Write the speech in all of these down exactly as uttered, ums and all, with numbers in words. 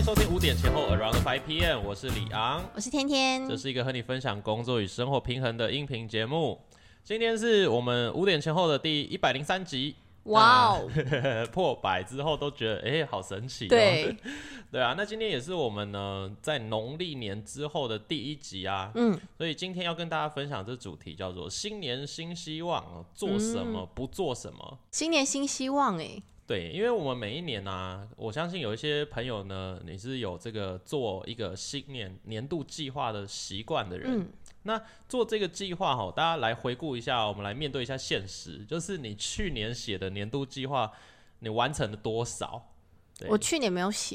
迎收听五点前后 Around five P M， 我是李昂， 我是天天， 这是一个和你分享工作与生活平衡的音频节目。今天是我们五点前后的第一百零三集。 哇哦， 破百之后都觉得哎、欸，好神奇、哦。 对， 对啊，那今天也是我们呢在农历年之后的第一集啊。 嗯， 所以今天要跟大家分享这主题叫做新年新希望，做什么、嗯、不做什么。 新年新希望哎、欸。 对，因为我们每一年啊，我相信有一些朋友呢，你是有这个做一个新年年度计划的习惯的人。嗯，那做这个计划哈，大家来回顾一下，我们来面对一下现实，就是你去年写的年度计划，你完成了多少？ 我去年没有写，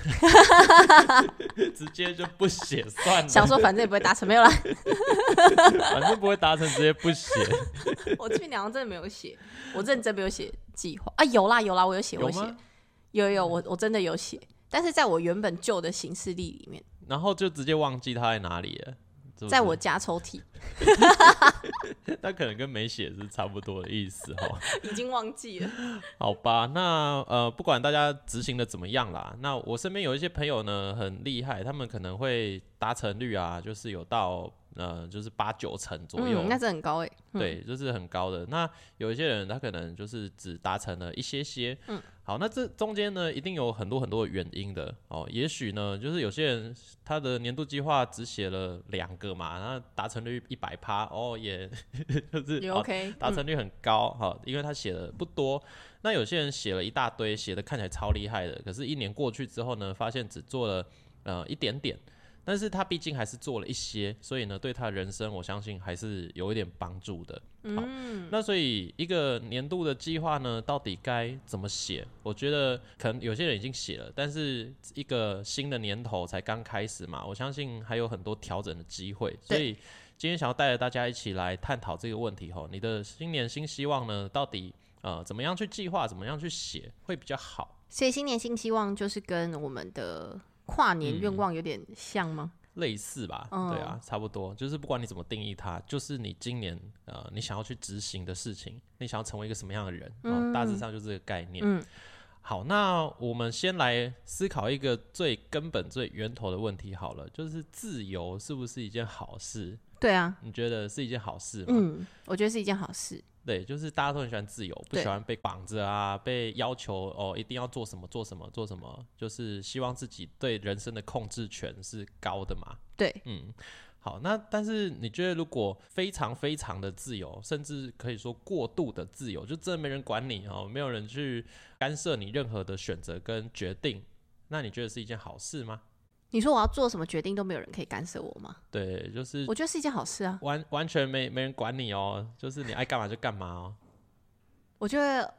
直接就不写算了。 想说反正也不会达成，没有啦， 反正不会达成，直接不写。 我去年好像真的没有写，我认真没有写计划啊，有啦有啦，我有写，我写，有有有，我我真的有写，但是在我原本旧的行事历里面， 然后就直接忘记它在哪里了。是是在我家抽屉。 那可能跟没写是差不多的意思齁。 已经忘记了。 好吧，那呃，不管大家执行的怎么样啦，那我身边有一些朋友呢很厉害，他们可能会达成率啊，就是有到呃，就是八九成左右， 嗯，那是很高哎、欸嗯。对，就是很高的。那有一些人他可能就是只达成了一些些。嗯，好，那这中间呢，一定有很多很多的原因的哦。也许呢，就是有些人他的年度计划只写了两个嘛，那达成率一百趴哦，也就是也 OK， 达、哦、成率很高哈、嗯，因为他写的不多。那有些人写了一大堆，写的看起来超厉害的，可是一年过去之后呢，发现只做了呃一点点。但是他毕竟还是做了一些，所以呢，对他的人生我相信还是有一点帮助的。好，嗯，那所以一个年度的计划呢，到底该怎么写？我觉得可能有些人已经写了，但是一个新的年头才刚开始嘛，我相信还有很多调整的机会。所以今天想要带着大家一起来探讨这个问题。你的新年新希望呢，到底呃怎么样去计划，怎么样去写会比较好？ 所以新年新希望就是跟我们的跨年愿望有点像吗？ 嗯，类似吧，嗯，对啊，差不多。就是不管你怎么定义它，就是你今年呃你想要去执行的事情，你想要成为一个什么样的人，嗯，大致上就是这个概念。嗯，好，那我们先来思考一个最根本、最源头的问题好了，就是自由是不是一件好事？ 对啊， 你觉得是一件好事吗？ 嗯，我觉得是一件好事。 对，就是大家都很喜欢自由，不喜欢被绑着啊，被要求哦一定要做什么做什么做什么，就是希望自己对人生的控制权是高的嘛。 对， 嗯，好，那但是你觉得如果非常非常的自由，甚至可以说过度的自由，就真的没人管你哦，没有人去干涉你任何的选择跟决定，那你觉得是一件好事吗？ 你说我要做什么决定都没有人可以干涉我吗？ 对，就是我觉得是一件好事啊， 完完全没没人管你哦，就是你爱干嘛就干嘛哦。 我觉得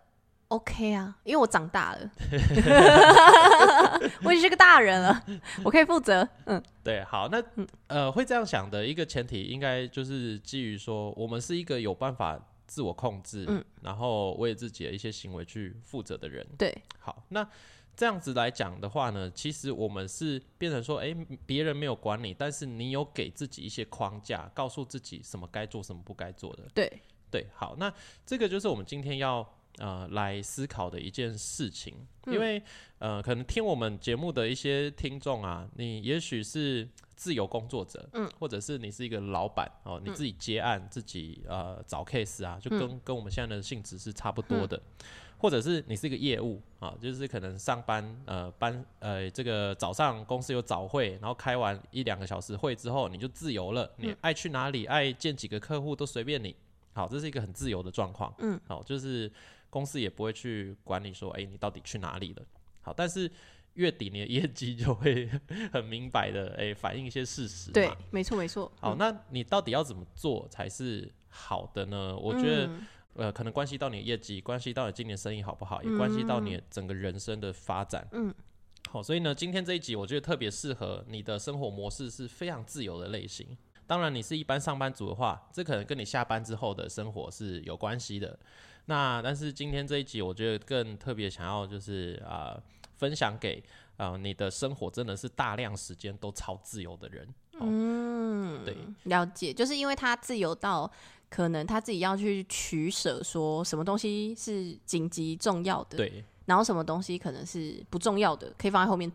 OK 啊，因为我长大了，我已经是个大人了，我可以负责。嗯， 对，好，那、嗯、呃，会这样想的一个前提，应该就是基于说，我们是一个有办法自我控制，嗯，然后为自己的一些行为去负责的人。 对， 好，那这样子来讲的话呢，其实我们是变成说，哎，别人没有管你，但是你有给自己一些框架，告诉自己什么该做，什么不该做的。 对， 对，好，那这个就是我们今天要呃来思考的一件事情，因为、嗯、呃，可能听我们节目的一些听众啊，你也许是自由工作者，嗯，或者是你是一个老板哦，你自己接案，嗯、自己呃找 case 啊，就跟、嗯、跟我们现在的性质是差不多的。嗯，或者是你是一个业务啊，就是可能上班呃班呃这个早上公司有早会，然后开完一两个小时会之后，你就自由了，你爱去哪里，爱见几个客户都随便你。好，这是一个很自由的状况。嗯，好，就是公司也不会去管你说，哎、欸，你到底去哪里了？好，但是月底你的业绩就会很明白的，哎、欸，反映一些事实嘛。 对，没错没错。 好、嗯，那你到底要怎么做才是好的呢？我觉得。嗯呃，可能关系到你的业绩，关系到你今年生意好不好，也关系到你整个人生的发展。嗯，好，所以呢，今天这一集我觉得特别适合你的生活模式是非常自由的类型。当然，你是一般上班族的话，这可能跟你下班之后的生活是有关系的。那但是今天这一集，我觉得更特别想要就是啊、呃，分享给啊、呃、你的生活真的是大量时间都超自由的人。哦、 嗯， 对， 了解，就是因为他自由到。可能他自己要去取舍，说什么东西是紧急重要的， 对， 然后什么东西可能是不重要的，可以放在后面做。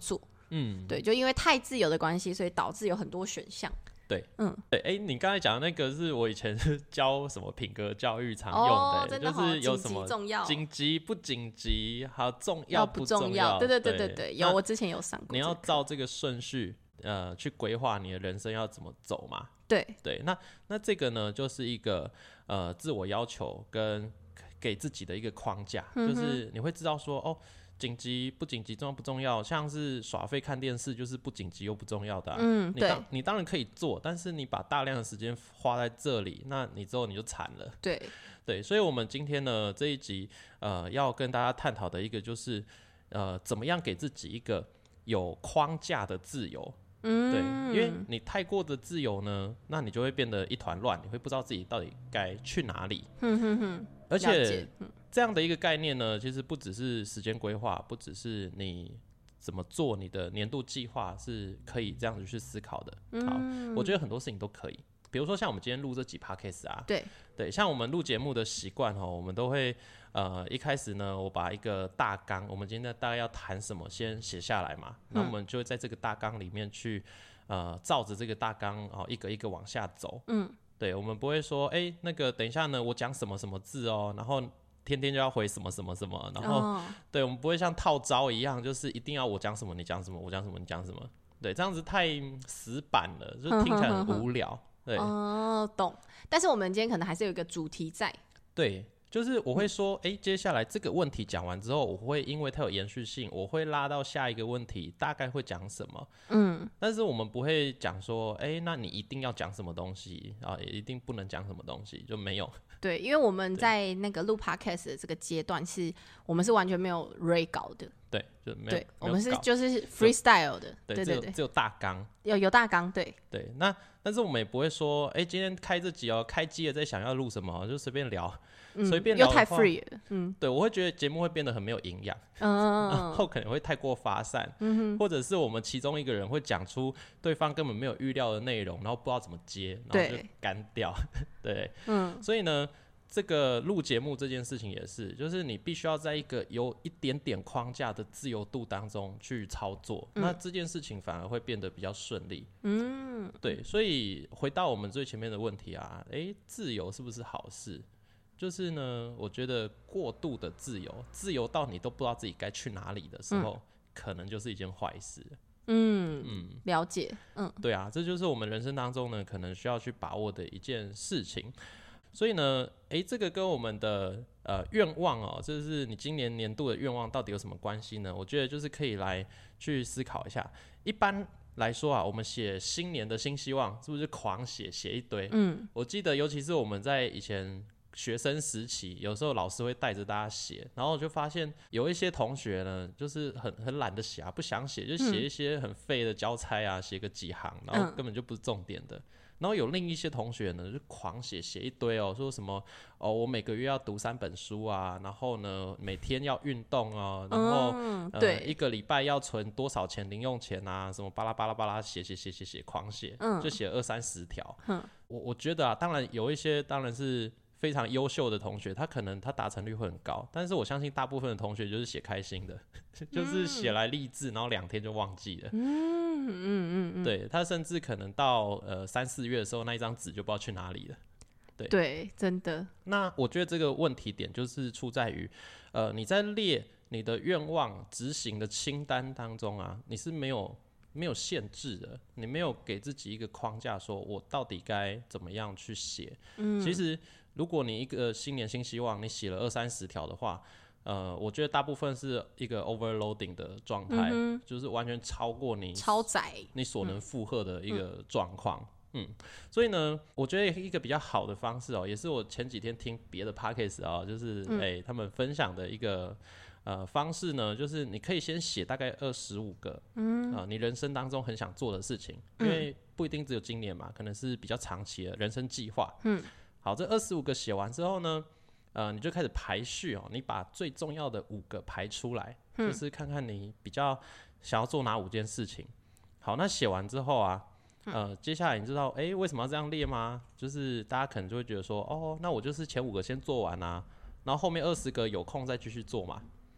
嗯，对，就因为太自由的关系，所以导致有很多选项。 对，嗯，对，哎、欸，你刚才讲的那个是我以前是教什么品格教育常用的、欸哦，真的就是有什么紧急不紧急，还有重要不重要， 对对对对对，有我之前有上过、這個。 你要照这个顺序，呃，去规划你的人生要怎么走嘛？ 对对，那那这个呢，就是一个呃自我要求跟给自己的一个框架，嗯、就是你会知道说哦。紧急不紧急，重要不重要？像是耍废看电视，就是不紧急又不重要的、啊。嗯，你当你当然可以做，但是你把大量的时间花在这里，那你之后你就惨了。 对对，所以我们今天呢这一集呃要跟大家探讨的一个就是呃怎么样给自己一个有框架的自由。嗯，对，因为你太过的自由呢，那你就会变得一团乱，你会不知道自己到底该去哪里。哼哼哼，而且。这样的一个概念呢，其实不只是时间规划，不只是你怎么做你的年度计划是可以这样子去思考的。嗯、好，我觉得很多事情都可以，比如说像我们今天录这集 podcast 啊， 对对，像我们录节目的习惯哦，我们都会呃一开始呢，我把一个大纲，我们今天大概要谈什么先写下来嘛，那、嗯、我们就会在这个大纲里面去呃照着这个大纲哦一个一个往下走。嗯，对，我们不会说哎、欸、那个等一下呢，我讲什么什么字哦，然后。天天就要回什么什么什么，然后、oh. 对我们不会像套招一样，就是一定要我讲什么你讲什么，我讲什么你讲什么，对，这样子太死板了，就听起来很无聊。对， 哦，懂。但是我们今天可能还是有一个主题在。 对，就是我会说，哎、嗯欸，接下来这个问题讲完之后，我会因为它有延续性，我会拉到下一个问题，大概会讲什么。嗯，但是我们不会讲说，哎、欸，那你一定要讲什么东西啊，也一定不能讲什么东西，就没有。 对，因为我们在那个录 podcast 的这个阶段是，我们是完全没有 re 稿的。 对，就没有。 对，我们是就是 freestyle 的。 对对对对， 只有大纲。 有有大纲，对。 对，那但是我们也不会说，哎、欸，今天开这集哦，开机了在想要录什么，就随便聊，随、嗯、便聊。 又太 free 了，嗯。 对，我会觉得节目会变得很没有营养，嗯，然后可能会太过发散，嗯，或者是我们其中一个人会讲出对方根本没有预料的内容，然后不知道怎么接，然后就干掉，对，嗯，所以呢。这个录节目这件事情也是，就是你必须要在一个有一点点框架的自由度当中去操作，嗯、那这件事情反而会变得比较顺利。嗯，对，所以回到我们最前面的问题啊，哎，自由是不是好事？就是呢，我觉得过度的自由，自由到你都不知道自己该去哪里的时候，嗯、可能就是一件坏事。 嗯嗯，了解。嗯， 对啊，这就是我们人生当中呢，可能需要去把握的一件事情。所以呢，哎，这个跟我们的呃愿望哦，这是你今年年度的愿望到底有什么关系呢？我觉得就是可以来去思考一下。一般来说啊，我们写新年的新希望，是不是狂写写一堆？嗯，我记得尤其是我们在以前学生时期，有时候老师会带着大家写，然后我就发现有一些同学呢，就是很很懒得写啊，不想写，就写一些很废的交差啊，写个几行，然后根本就不是重点的。然后有另一些同学呢，就狂写写一堆哦，说什么哦，我每个月要读三本书啊，然后呢每天要运动哦，然后、嗯呃、一个礼拜要存多少钱零用钱啊，什么巴拉巴拉巴拉写写写写写狂写，嗯、就写二三十条。嗯、我我觉得啊，当然有一些当然是非常优秀的同学，他可能他达成率会很高，但是我相信大部分的同学就是写开心的，就是写来励志，然后两天就忘记了。嗯嗯嗯嗯，对，他甚至可能到呃三四月的时候，那一张纸就不知道去哪里了。对对，真的。 那我觉得这个问题点就是出在于，呃，你在列你的愿望执行的清单当中啊，你是没有没有限制的，你没有给自己一个框架，说我到底该怎么样去写。嗯，其实如果你一个新年新希望，你写了二三十条的话。呃，我觉得大部分是一个 overloading 的状态、嗯，就是完全超过你超载你所能负荷的一个状况、嗯。嗯，所以呢，我觉得一个比较好的方式哦，也是我前几天听别的 podcast 啊、哦，就是、嗯欸、他们分享的一个呃方式呢，就是你可以先写大概二十五个，嗯、呃，你人生当中很想做的事情，因为不一定只有今年嘛，可能是比较长期的人生计划。嗯，好，这二十五个写完之后呢。呃，你就开始排序哦，你把最重要的五个排出来、嗯，就是看看你比较想要做哪五件事情。好，那写完之后啊，呃，接下来你知道，哎、欸，为什么要这样列吗？就是大家可能就会觉得说，哦，那我就是前五个先做完啊，然后后面二十个有空再继续做嘛。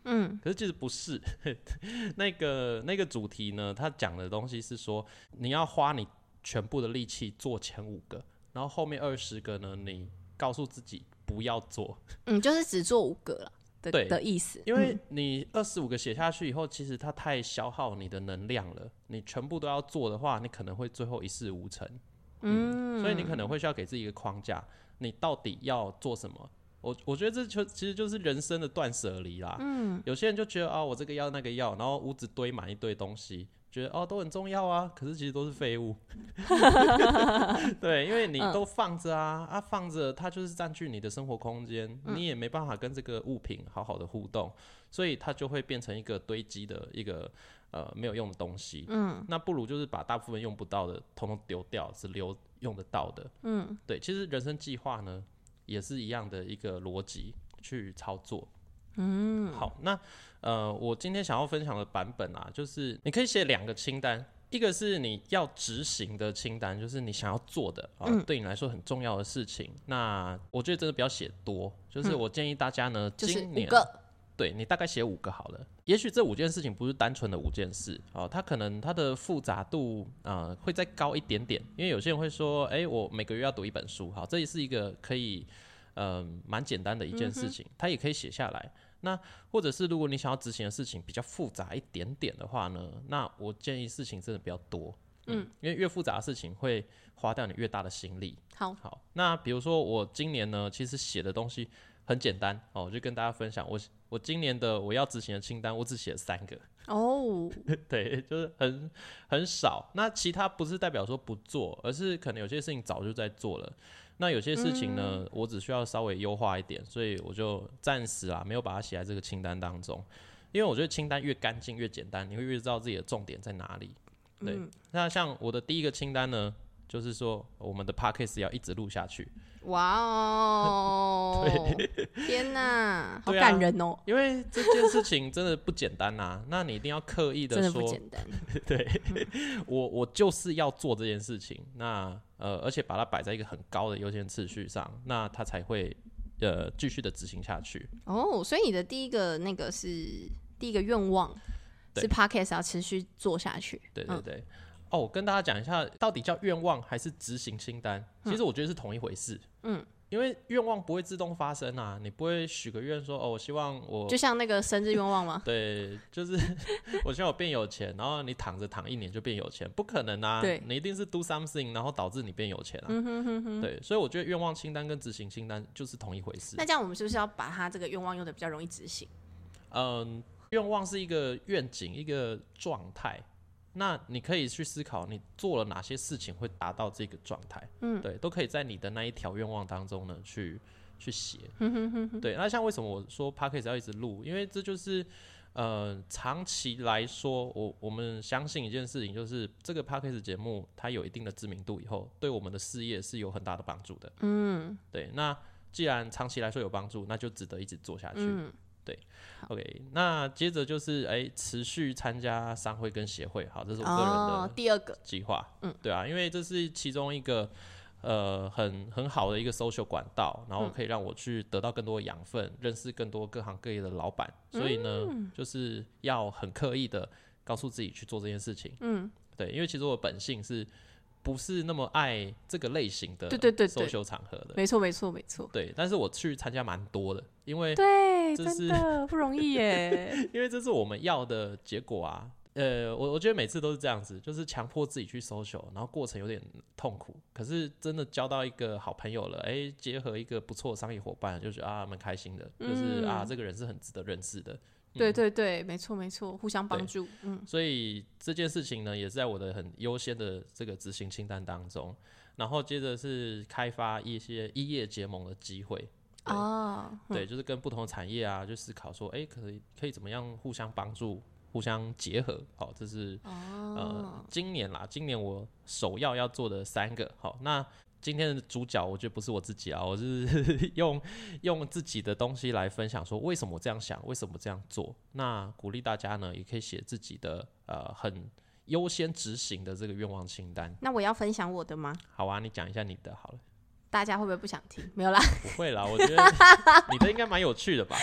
嗯，可是其实不是。那个那个主题呢，他讲的东西是说，你要花你全部的力气做前五个，然后后面二十个呢，你告诉自己不要做。 嗯，就是只做五个了。 对的意思， 因为你二十五个写下去以后，其实它太消耗你的能量了。你全部都要做的话，你可能会最后一事无成。嗯，所以你可能会需要给自己一个框架，你到底要做什么？我我觉得这就其实就是人生的断舍离啦。嗯，有些人就觉得啊、哦，我这个要那个要，然后屋子堆满一堆东西，觉得哦都很重要啊，可是其实都是废物。对，因为你都放着啊，啊放着，它就是占据你的生活空间，你也没办法跟这个物品好好的互动，所以它就会变成一个堆积的一个呃没有用的东西。嗯，那不如就是把大部分用不到的统统丢掉，只留用得到的。嗯，对，其实人生计划呢也是一样的一个逻辑去操作。嗯，好，那呃，我今天想要分享的版本啊，就是你可以写两个清单，一个是你要执行的清单，就是你想要做的啊、嗯，对你来说很重要的事情。那我觉得真的不要写多，就是我建议大家呢， 嗯、 今年、 就是、 对你大概写五个好了。也许这五件事情不是单纯的五件事啊、它可能它的复杂度啊、呃、会再高一点点，因为有些人会说，哎、欸，我每个月要读一本书，好，这也是一个可以嗯蛮简单的一件事情，它、嗯、也可以写下来。那或者是如果你想要执行的事情比较复杂一点点的话呢，那我建议事情真的比较多，嗯，嗯因为越复杂的事情会花掉你越大的心力。 好， 好，那比如说我今年呢，其实写的东西很简单哦，我就跟大家分享，我我今年的我要执行的清单，我只写了三个哦，对，就是很很少。那其他不是代表说不做，而是可能有些事情早就在做了。那有些事情呢、嗯，我只需要稍微优化一点，所以我就暂时啦没有把它写在这个清单当中，因为我觉得清单越干净越简单，你会越知道自己的重点在哪里。对，嗯、那像我的第一个清单呢，就是说我们的 podcast 要一直录下去。 哇哦！天哪，好感人哦、啊！ 因为这件事情真的不简单啊，那你一定要刻意的说， 真的不简单。 对，嗯、我我就是要做这件事情，那呃，而且把它摆在一个很高的优先次序上，那它才会呃继续的执行下去。 哦，所以你的第一个那个是第一个愿望是 podcast 要持续做下去。 对对对。嗯哦，我跟大家讲一下，到底叫愿望还是执行清单？其实我觉得是同一回事。嗯，因为愿望不会自动发生啊，你不会许个愿说，哦，我希望我就像那个生日愿望吗？ 对，就是我希望我变有钱，然后你躺着躺一年就变有钱，不可能啊！ 对， 你一定是 do something， 然后导致你变有钱啊。 嗯哼哼哼。 对，所以我觉得愿望清单跟执行清单就是同一回事。 那这样我们是不是要把它这个愿望用的比较容易执行？ 嗯，愿望是一个愿景，一个状态。那你可以去思考，你做了哪些事情会达到这个状态？嗯，对，都可以在你的那一条愿望当中呢，去去写。对，那像为什么我说 Podcast 要一直录？因为这就是呃，长期来说，我我们相信一件事情，就是这个 Podcast 节目它有一定的知名度以后，对我们的事业是有很大的帮助的。嗯，对。那既然长期来说有帮助，那就值得一直做下去。嗯对 ，OK， 那接着就是哎、欸，持续参加商会跟协会，好，这是我个人的、 哦、第二个计划，嗯，对啊，因为这是其中一个呃很很好的一个 social 管道，然后可以让我去得到更多的养分，认识更多各行各业的老板，所以呢、嗯，就是要很刻意的告诉自己去做这件事情，嗯，对，因为其实我的本性是。不是那么爱这个类型的 social 场合的， 没错没错没错。 对，但是我去参加蛮多的，因为对， 这是真的不容易耶。 因为这是我们要的结果啊。呃，我我觉得每次都是这样子，就是强迫自己去 social， 然后过程有点痛苦，可是真的交到一个好朋友了，哎、欸，结合一个不错的商业伙伴，就觉得啊蛮开心的，就是、嗯、啊这个人是很值得认识的。 对对对，没错没错，互相帮助。嗯， 所以这件事情呢，也是在我的很优先的这个执行清单当中。然后接着是开发一些异业结盟的机会。对、哦嗯、对，就是跟不同的产业啊，就思考说，哎、欸，可以可以怎么样互相帮助、互相结合。好，这是、哦、呃今年啦，今年我首要要做的三个。好，那。今天的主角我觉得不是我自己啊，我是用用自己的东西来分享，说为什么我这样想，为什么这样做。那鼓励大家呢，也可以写自己的呃很优先执行的这个愿望清单。 那我要分享我的吗？ 好啊，你讲一下你的好了。 大家会不会不想听？没有啦， 不会啦，我觉得你的应该蛮有趣的吧。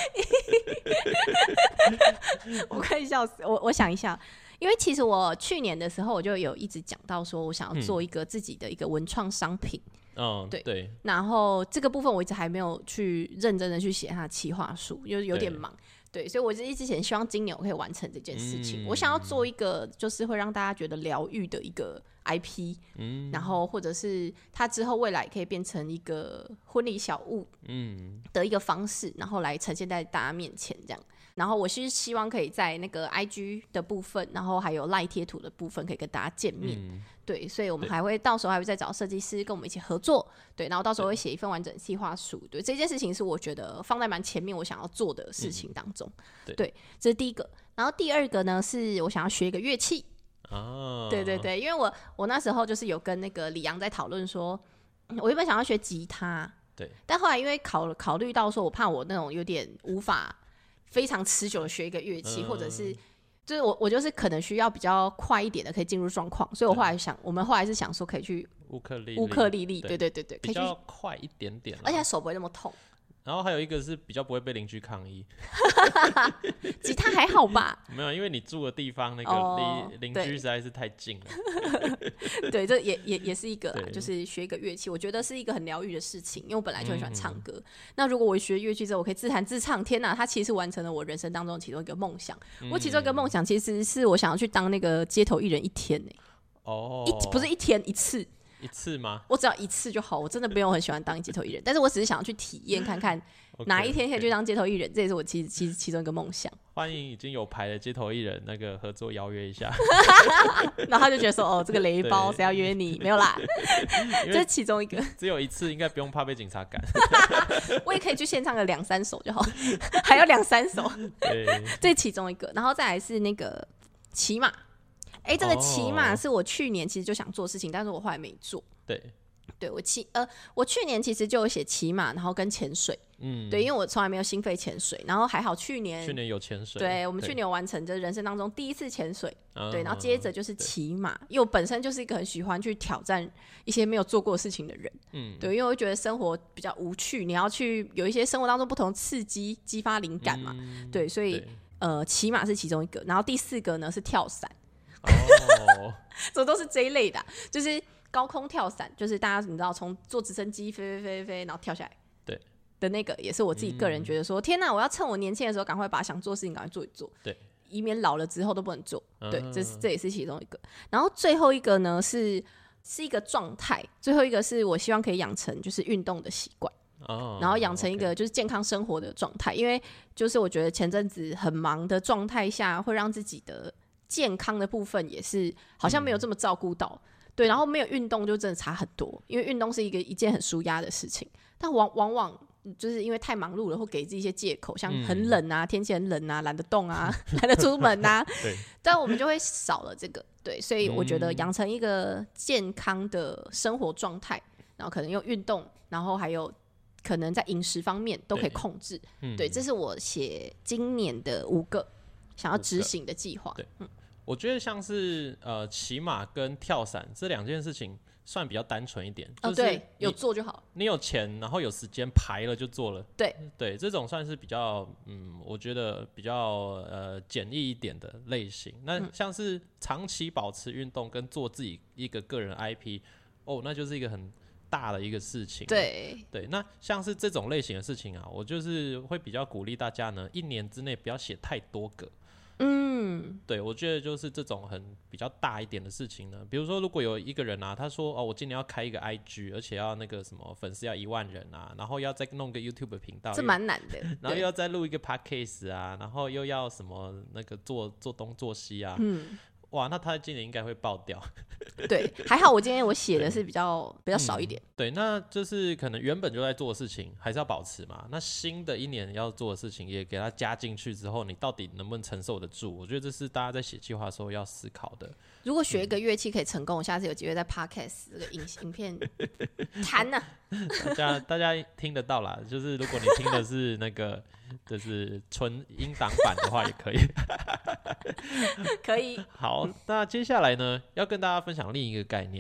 我快笑死，我我想一下。因为其实我去年的时候，我就有一直讲到说，我想要做一个自己的一个文创商品。 嗯， 对对。 然后这个部分我一直还没有去认真的去写它的企划书，因为有点忙。对，所以我一直很希望今年我可以完成这件事情。嗯、我想要做一个就是会让大家觉得疗愈的一个 I P，嗯、然后或者是它之后未来可以变成一个婚礼小物的一个方式，然后来呈现在大家面前这样。然后我是希望可以在那个 I G 的部分，然后还有赖贴图的部分可以跟大家见面。嗯、对，所以我们还会到时候还会再找设计师跟我们一起合作。对，然后到时候会写一份完整企划书。对，这件事情是我觉得放在蛮前面我想要做的事情当中。嗯、对, 对，这是第一个。然后第二个呢，是我想要学一个乐器。哦，对对对，因为我我那时候就是有跟那个李阳在讨论说，我原本想要学吉他， 对， 但后来因为考考虑到说我怕我那种有点无法非常持久的学一个乐器，嗯、或者是就是我我就是可能需要比较快一点的可以进入状况，所以我后来想，我们后来是想说可以去乌克丽丽， 乌克丽丽，对对对对， 比较快一点点， 而且手不会那么痛。 然后还有一个是比较不会被邻居抗议， 吉他还好吧？ 没有，因为你住的地方那个邻、oh, 居实在是太近了。 对，这也也也是一个啦，就是学一个乐器，我觉得是一个很疗愈的事情，因为我本来就很喜欢唱歌。嗯、那如果我学乐器之后，我可以自弹自唱，天哪，它其实完成了我人生当中其中一个梦想。嗯、我其中一个梦想其实是我想要去当那个街头艺人一天呢、欸。哦，一不是一天一次。 一次吗？ 我只要一次就好，我真的没有很喜欢当街头艺人，但是我只是想要去体验看看哪一天可以去当街头艺人， okay, okay. 这也是我其实其实其中一个梦想。 欢迎已经有牌的街头艺人那个合作邀约一下， 然后他就觉得说哦，这个雷包谁要约你？没有啦，这是其中一个。 只有一次，应该不用怕被警察赶。 我也可以去现唱个两三首就好，还有两三首，对，这是其中一个。然后再来是那个骑马。哎、欸，这个骑马是我去年其实就想做的事情， oh. 但是我后来没做。 对， 对我骑呃，我去年其实就有写骑马，然后跟潜水。嗯，对，因为我从来没有心肺潜水，然后还好去年去年有潜水， 对我们去年有完成这人生当中第一次潜水。对，然后接着就是骑马，因为我本身就是一个很喜欢去挑战一些没有做过的事情的人。嗯，对，因为我觉得生活比较无趣，你要去有一些生活当中不同刺激，激发灵感嘛。嗯、对，所以呃，骑马是其中一个，然后第四个呢是跳伞。哦，这都是这一类的、啊，就是高空跳伞，就是大家你知道从坐直升机飞飞飞飞，然后跳下来， 对的那个，也是我自己个人觉得说，嗯、天哪，我要趁我年轻的时候赶快把想做的事情赶快做一做， 对， 以免老了之后都不能做。嗯、对，这是这也是其中一个。然后最后一个呢是是一个状态，最后一个是我希望可以养成就是运动的习惯。Oh, 然后养成一个就是健康生活的状态， okay. 因为就是我觉得前阵子很忙的状态下，会让自己的健康的部分也是好像没有这么照顾到。嗯、对，然后没有运动就真的差很多，因为运动是一个一件很抒压的事情，但往往往就是因为太忙碌了，会给自己一些借口，像很冷啊，嗯、天气很冷啊，懒得动啊，懒得出门啊，对，但我们就会少了这个，对，所以我觉得养成一个健康的生活状态，然后可能用运动，然后还有可能在饮食方面都可以控制，对，嗯、对，这是我写今年的五个想要执行的计划。对，嗯， 我觉得像是呃骑马跟跳伞这两件事情算比较单纯一点， 哦， 就是对，有做就好。 你有钱，然后有时间排了就做了。 对对，这种算是比较嗯，我觉得比较呃简易一点的类型。那像是长期保持运动跟做自己一个个人 I P， 哦，那就是一个很大的一个事情。 对对，那像是这种类型的事情啊，我就是会比较鼓励大家呢，一年之内不要写太多个。嗯，对，我觉得就是这种很比较大一点的事情呢，比如说如果有一个人啊，他说哦，我今年要开一个 I G， 而且要那个什么粉丝要一万人啊，然后要再弄个 YouTube 频道， 这蛮难的， 然后又要再录一个 Podcast 啊，然后又要什么那个做做东做西啊，嗯，哇，那他今年应该会爆掉。 对，还好我今天我写的是比较比较少一点、 嗯。对，那就是可能原本就在做的事情还是要保持嘛。那新的一年要做的事情也给它加进去之后，你到底能不能承受得住？我觉得这是大家在写计划的时候要思考的。 如果学一个乐器可以成功，我下次有机会在 Podcast 这个影影片弹呢、啊。 大家大家听得到啦，就是如果你听的是那个就是纯音档版的话也可以。 可以。 好，那接下来呢，要跟大家分享另一个概念了，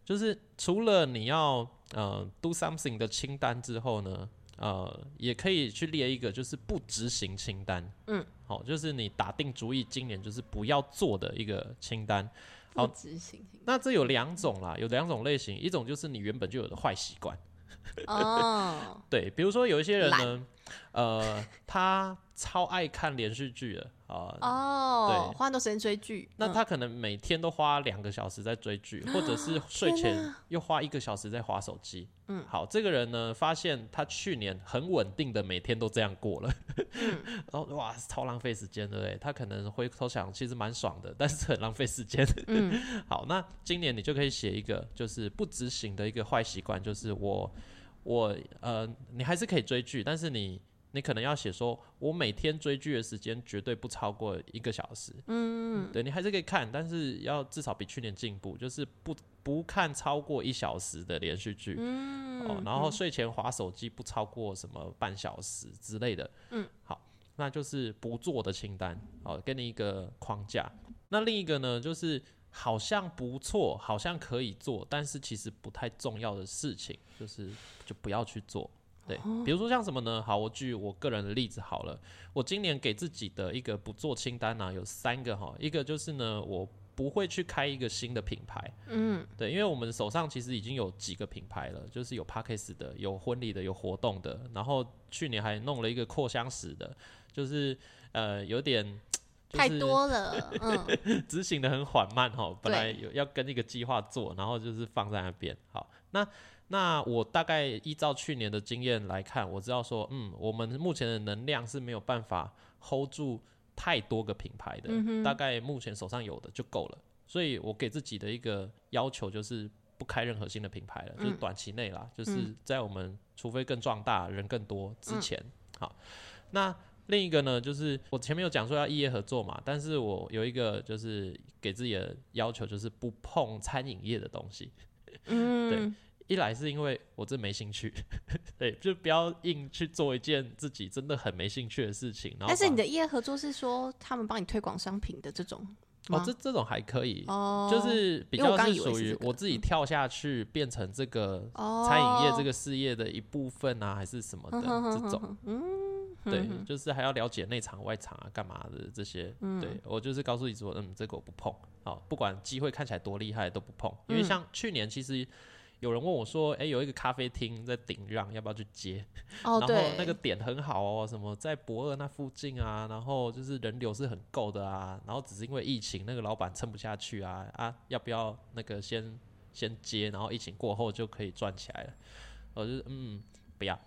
就是除了你要呃 do something 的清单之后呢，呃，也可以去列一个就是不执行清单。嗯，好，就是你打定主意今年就是不要做的一个清单。好， 不执行。 那这有两种啦，有两种类型，一种就是你原本就有的坏习惯。哦，对，比如说有一些人呢，呃，他超爱看连续剧的啊，呃、 哦，对，花很多时间追剧， 那他可能每天都花两个小时在追剧，嗯、或者是睡前又花一个小时在滑手机。嗯，好，这个人呢，发现他去年很稳定的每天都这样过了，嗯、然后哇，超浪费时间，对不对？他可能回头想，其实蛮爽的，但是很浪费时间。嗯，好，那今年你就可以写一个，就是不执行的一个坏习惯，就是我。我呃，你还是可以追剧，但是你你可能要写说，我每天追剧的时间绝对不超过一个小时。嗯，对，你还是可以看，但是要至少比去年进步，就是不不看超过一小时的连续剧。嗯，哦，然后睡前滑手机不超过什么半小时之类的。嗯，好，那就是不做的清单。好，给你一个框架。那另一个呢，就是好像不错，好像可以做，但是其实不太重要的事情，就是就不要去做。对，比如说像什么呢？好，我举我个人的例子好了。我今年给自己的一个不做清单呢、啊，有三个哈。一个就是呢，我不会去开一个新的品牌。嗯，对，因为我们手上其实已经有几个品牌了，就是有 Podcast 的，有婚礼的，有活动的，然后去年还弄了一个扩香石的，就是呃有点。就是、 太多了，嗯， 执行的很缓慢哈。本来有要跟一个计划做，然后就是放在那边。好，那那我大概依照去年的经验来看，我知道说，嗯，我们目前的能量是没有办法 hold 住太多个品牌的，嗯、大概目前手上有的就够了。所以我给自己的一个要求就是不开任何新的品牌了，嗯、就是短期内啦，就是在我们除非更壮大、人更多之前。嗯、好，那。另一个呢，就是我前面有讲说要异业合作嘛，但是我有一个就是给自己的要求，就是不碰餐饮业的东西。嗯，对，一来是因为我真没兴趣，对，就不要硬去做一件自己真的很没兴趣的事情。然后但是你的异业合作是说他们帮你推广商品的这种哦，这这种还可以，哦、就是比较是属于我自己跳下去变成这个餐饮业这个事业的一部分啊，还是什么的、哦、这种，嗯。对，就是还要了解内场外场啊，干嘛的这些。嗯、对我就是告诉你说，嗯，这个我不碰。好，不管机会看起来多厉害都不碰，因为像去年其实有人问我说，哎、欸，有一个咖啡厅在顶让，要不要去接？哦，然后那个点很好哦，什么在博二那附近啊，然后就是人流是很够的啊，然后只是因为疫情，那个老板撑不下去啊啊，要不要那个先先接，然后疫情过后就可以赚起来了？我就嗯。不要。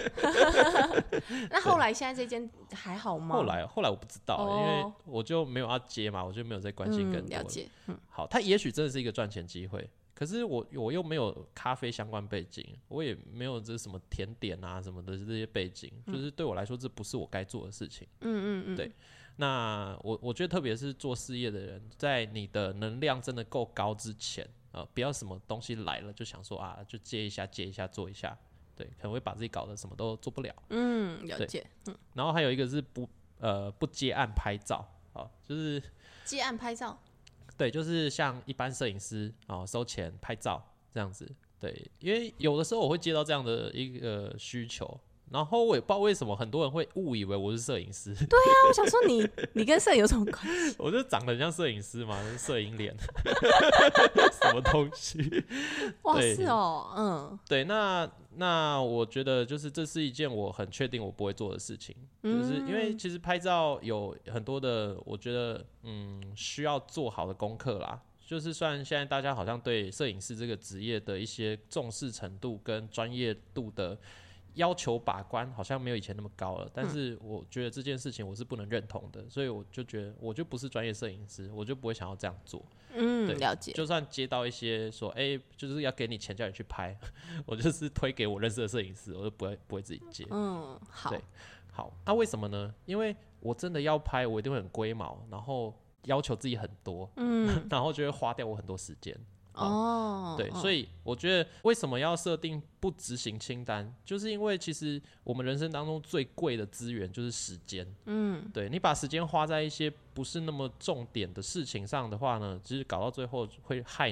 那后来现在这间还好吗？ 后来后来我不知道、哦，因为我就没有要接嘛，我就没有在关心更多、 嗯。了解。嗯， 好，它也许真的是一个赚钱机会，可是我我又没有咖啡相关背景，我也没有这什么甜点啊什么的这些背景，嗯、就是对我来说这不是我该做的事情。嗯嗯嗯，对。那我我觉得特别是做事业的人，在你的能量真的够高之前，呃，不要什么东西来了就想说啊，就接一下接一下做一下。对，可能会把自己搞得什么都做不了。 嗯，了解。嗯， 然后还有一个是不呃不接案拍照，哦，就是接案拍照。 对，就是像一般摄影师哦，收钱拍照这样子。对，因为有的时候我会接到这样的一个需求，然后我也不知道为什么很多人会误以为我是摄影师。 对啊，我想说你你跟摄影有什么关系？ 我就长得很像摄影师嘛，就是摄影脸，什么东西？ 哇，是哦，嗯， 对，那。那我觉得就是这是一件我很确定我不会做的事情，嗯、就是因为其实拍照有很多的，我觉得嗯需要做好的功课啦。就是虽然现在大家好像对摄影师这个职业的一些重视程度跟专业度的要求把关好像没有以前那么高了，但是我觉得这件事情我是不能认同的，所以我就觉得我就不是专业摄影师，我就不会想要这样做。 嗯，了解。 就算接到一些说，哎、欸，就是要给你钱叫你去拍，我就是推给我认识的摄影师，我就不会不会自己接。 嗯，好。 对，好。那、啊、为什么呢？因为我真的要拍，我一定会很龟毛，然后要求自己很多，嗯，然后就会花掉我很多时间。哦，对，所以我觉得为什么要设定不执行清单，就是因为其实我们人生当中最贵的资源就是时间。嗯，对，你把时间花在一些不是那么重点的事情上的话呢，其实搞到最后会害你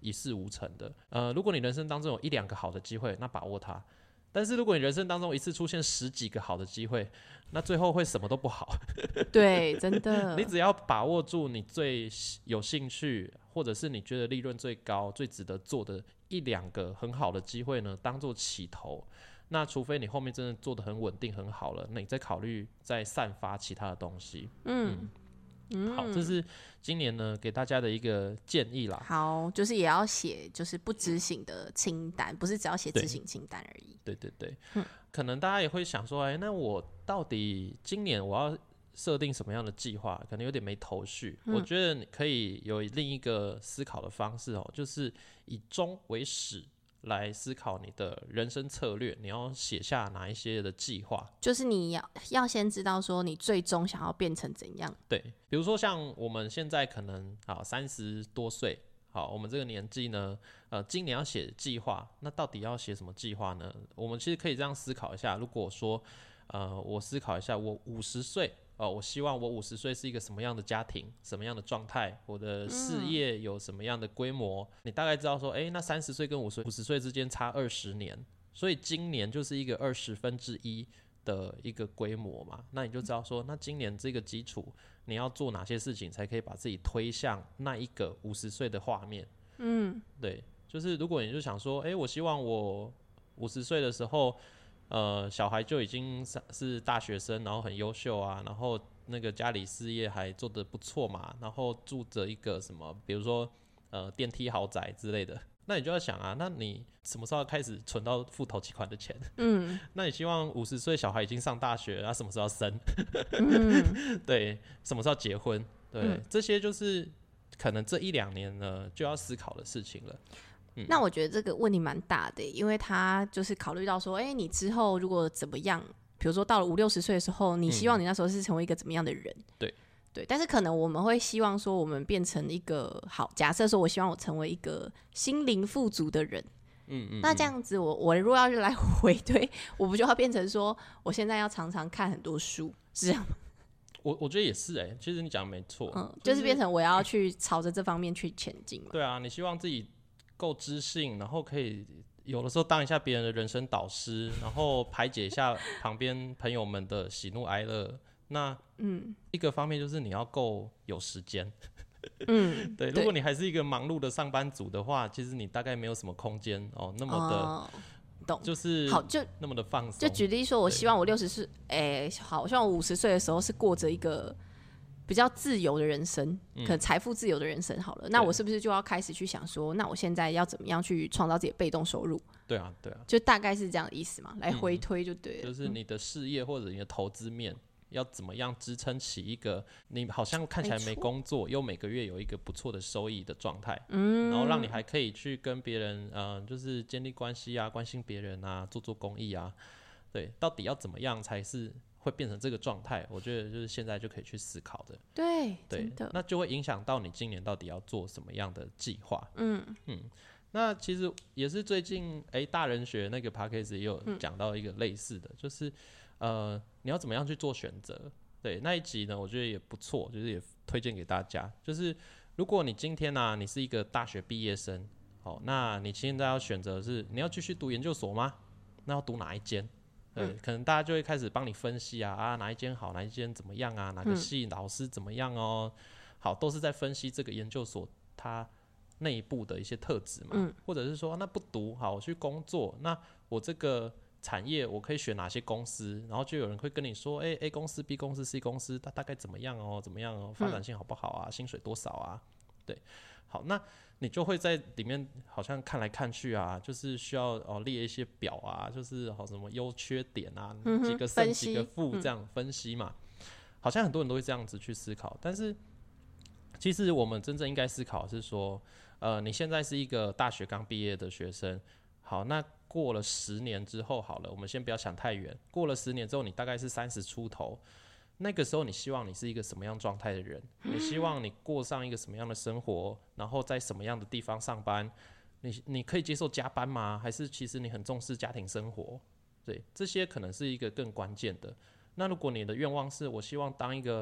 一事无成的。呃，如果你人生当中有一两个好的机会，那把握它。但是如果你人生当中一次出现十几个好的机会，那最后会什么都不好。 对，真的。 你只要把握住你最有兴趣，或者是你觉得利润最高、最值得做的一两个很好的机会呢，当做起头。那除非你后面真的做得很稳定、很好了，那你再考虑再散发其他的东西。嗯。嗯好，这是今年呢给大家的一个建议啦。 好，就是也要写就是不执行的清单，不是只要写执行清单而已。 对对对，嗯、可能大家也会想说，哎，那我到底今年我要设定什么样的计划？可能有点没头绪。嗯、我觉得你可以有另一个思考的方式哦，就是以终为始。来思考你的人生策略，你要写下哪一些的计划？ 就是你要要先知道说你最终想要变成怎样。 对，比如说像我们现在可能好三十多岁，好，我们这个年纪呢，呃，今年要写计划，那到底要写什么计划呢？我们其实可以这样思考一下。如果说，呃，我思考一下，我五十岁。哦，我希望我五十岁是一个什么样的家庭，什么样的状态，我的事业有什么样的规模，嗯、你大概知道说，哎，那三十岁跟五十岁之间差二十年，所以今年就是一个二十分之一的一个规模嘛，那你就知道说，那今年这个基础你要做哪些事情，才可以把自己推向那一个五十岁的画面。嗯，对，就是如果你就想说，哎，我希望我五十岁的时候。呃，小孩就已经是大学生，然后很优秀啊，然后那个家里事业还做得不错嘛，然后住着一个什么，比如说呃电梯豪宅之类的，那你就要想啊，那你什么时候要开始存到付头期款的钱？嗯，那你希望五十岁小孩已经上大学，他什么时候要生？嗯，对，什么时候结婚？对，嗯、这些就是可能这一两年呢就要思考的事情了。 嗯、那我觉得这个问题蛮大的，因为他就是考虑到说，哎、欸，你之后如果怎么样，比如说到了五六十岁的时候，你希望你那时候是成为一个怎么样的人？嗯、 对对，但是可能我们会希望说，我们变成一个好，假设说我希望我成为一个心灵富足的人。嗯嗯，那这样子我，我我如果要来回推，我不就要变成说，我现在要常常看很多书，是这样吗？ 我我觉得也是哎、欸，其实你讲的没错， 嗯，就是变成我要去朝着这方面去前进嘛。 对啊，你希望自己够知性，然后可以有的时候当一下别人的人生导师，然后排解一下旁边朋友们的喜怒哀乐。那嗯，一个方面就是你要够有时间。嗯，对，如果你还是一个忙碌的上班族的话，其实你大概没有什么空间哦，那么的。哦懂， 就是好，就那么的放松。 就举例说，我希望我六十岁，哎，好，我希望我五十岁的时候是过着一个比较自由的人生，嗯、可能财富自由的人生。好了，那我是不是就要开始去想说，那我现在要怎么样去创造自己的被动收入？ 对啊，对啊， 就大概是这样的意思嘛，来回推就对了。 嗯、就是你的事业或者你的投资面。要怎么样支撑起一个你好像看起来没工作又每个月有一个不错的收益的状态，嗯，然后让你还可以去跟别人，呃，就是建立关系啊，关心别人啊，做做公益啊，对，到底要怎么样才是会变成这个状态？我觉得就是现在就可以去思考的， 对， 对，那就会影响到你今年到底要做什么样的计划，嗯嗯。那其实也是最近哎、欸，大人学那个 podcast 也有讲到一个类似的，嗯、就是呃，你要怎么样去做选择？对，那一集呢，我觉得也不错，就是也推荐给大家。就是如果你今天呢、啊，你是一个大学毕业生，好，那你现在要选择是你要继续读研究所吗？那要读哪一间？对，嗯、可能大家就会开始帮你分析啊啊，哪一间好，哪一间怎么样啊？哪个系老师怎么样哦？好，都是在分析这个研究所它内部的一些特质嘛，嗯、或者是说那不读好，我去工作，那我这个产业我可以选哪些公司？然后就有人会跟你说，哎、欸、，A 公司、B 公司、C 公司，它大概怎么样哦？怎么样哦？发展性好不好啊？嗯、薪水多少啊？对，好，那你就会在里面好像看来看去啊，就是需要哦列一些表啊，就是好什么优缺点啊，嗯、几个胜几个负这样分析嘛。嗯、好像很多人都会这样子去思考，但是其实我们真正应该思考的是说，呃，你现在是一个大学刚毕业的学生，好，那过了十年之后，好了，我们先不要想太远。过了十年之后，你大概是三十出头，那个时候你希望你是一个什么样状态的人？你希望你过上一个什么样的生活？然后在什么样的地方上班？你你可以接受加班吗？还是其实你很重视家庭生活？对，这些可能是一个更关键的。那如果你的愿望是我希望当一个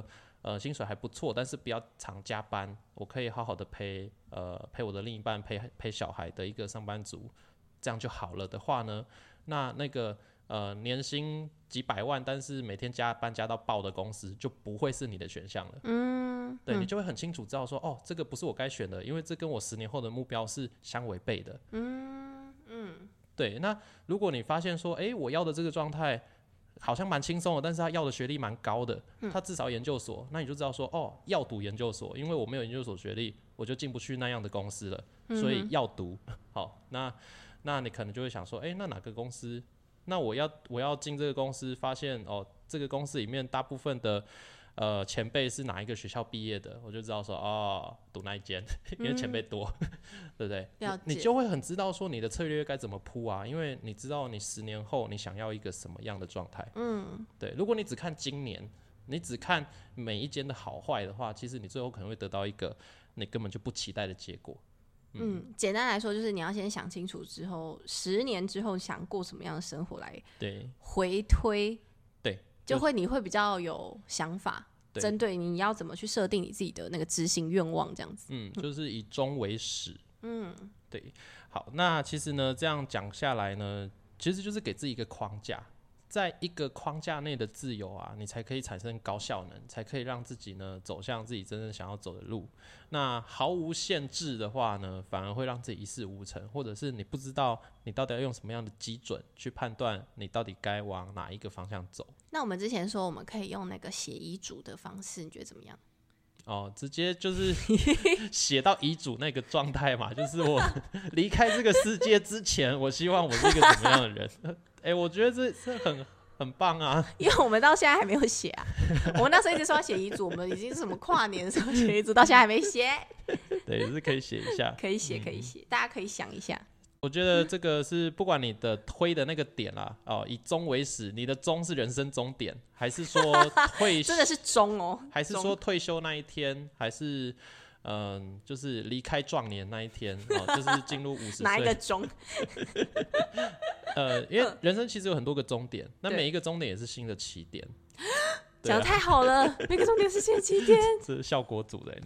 呃薪水还不错，但是不要常加班，我可以好好的陪呃陪我的另一半陪陪小孩的一个上班族，这样就好了的话呢，那那个呃年薪几百万，但是每天加班加到爆的公司就不会是你的选项了。嗯，对，你就会很清楚知道说，哦，这个不是我该选的，因为这跟我十年后的目标是相违背的。嗯嗯，对。那如果你发现说，哎，我要的这个状态好像蛮轻松的，但是他要的学历蛮高的，他至少研究所，那你就知道说，哦，要读研究所，因为我没有研究所学历，我就进不去那样的公司了，所以要读。好，那那你可能就会想说，哎，那哪个公司？那我要我要进这个公司，发现哦，这个公司里面大部分的呃前辈是哪一个学校毕业的，我就知道说哦，读那一间，因为前辈多，嗯、对不对？你就会很知道说你的策略该怎么铺啊，因为你知道你十年后你想要一个什么样的状态。嗯，对。如果你只看今年，你只看每一间的好坏的话，其实你最后可能会得到一个你根本就不期待的结果。 嗯，简单来说就是你要先想清楚之后，十年之后想过什么样的生活来回推， 对， 就会你会比较有想法，针对你要怎么去设定你自己的那个执行愿望这样子。 嗯，就是以终为始。嗯，对。好，那其实呢，这样讲下来呢，其实就是给自己一个框架。在一个框架内的自由啊，你才可以产生高效能，才可以让自己呢走向自己真正想要走的路。那毫无限制的话呢，反而会让自己一事无成，或者是你不知道你到底要用什么样的基准去判断你到底该往哪一个方向走。 那我们之前说我们可以用那个写遗嘱的方式，你觉得怎么样？ 哦，直接就是写到遗嘱那个状态嘛，就是我离开这个世界之前，我希望我是一个怎么样的人？哎、欸，我觉得这这很很棒啊， 因为我们到现在还没有写啊。我们那时候一直说要写遗嘱，我们已经是什么跨年的时候写遗嘱，到现在还没写。 对，是可以写一下， 可以写，可以写、嗯，大家可以想一下。 我觉得这个是不管你的推的那个点啦，哦，以终为始，你的终是人生终点，还是说退真的是终哦， 还是说退休那一天，还是嗯、呃，就是离开壮年那一天，哦，就是进入五十岁哪一个终？ 呃，因为人生其实有很多个终点，那每一个终点也是新的起点。 讲得太好了，每个终点是新的起点。 这是效果组的你。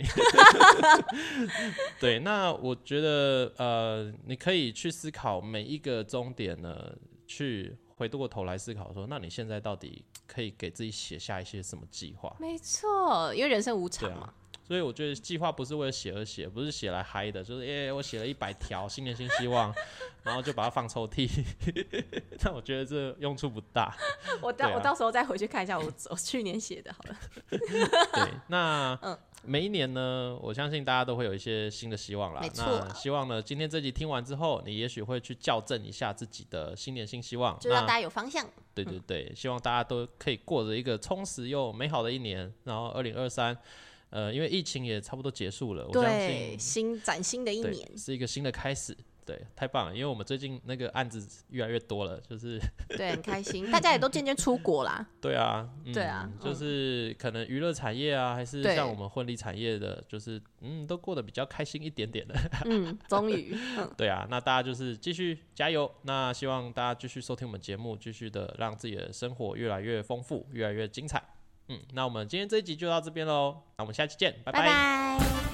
对，那我觉得呃，你可以去思考每一个终点呢，去回过头来思考说，那你现在到底可以给自己写下一些什么计划？ 没错，因为人生无常嘛。 所以我觉得计划不是为了写而写，不是写来嗨的，就是耶、欸，我写了一百条新年新希望，然后就把它放抽屉。但我觉得这用处不大。 我到、啊、我到时候再回去看一下我我去年写的好了。 对，那、嗯、每一年呢，我相信大家都会有一些新的希望啦。 没错。 那希望呢，今天这集听完之后，你也许会去校正一下自己的新年新希望， 就让大家有方向。 对对对、嗯，希望大家都可以过着一个充实又美好的一年。然后二零二三。呃，因为疫情也差不多结束了，我相信新崭新的一年是一个新的开始，对，太棒了！因为我们最近那个案子越来越多了，就是对，很开心，大家也都渐渐出国啦。 对啊， 嗯、对啊， 就是可能娱乐产业啊，还是像我们婚礼产业的，就是嗯，都过得比较开心一点点的。 嗯，终于。嗯、 对啊，那大家就是继续加油，那希望大家继续收听我们节目，继续的让自己的生活越来越丰富，越来越精彩。嗯，那我们今天这一集就到这边喽，那我们下期见，拜拜。 拜拜。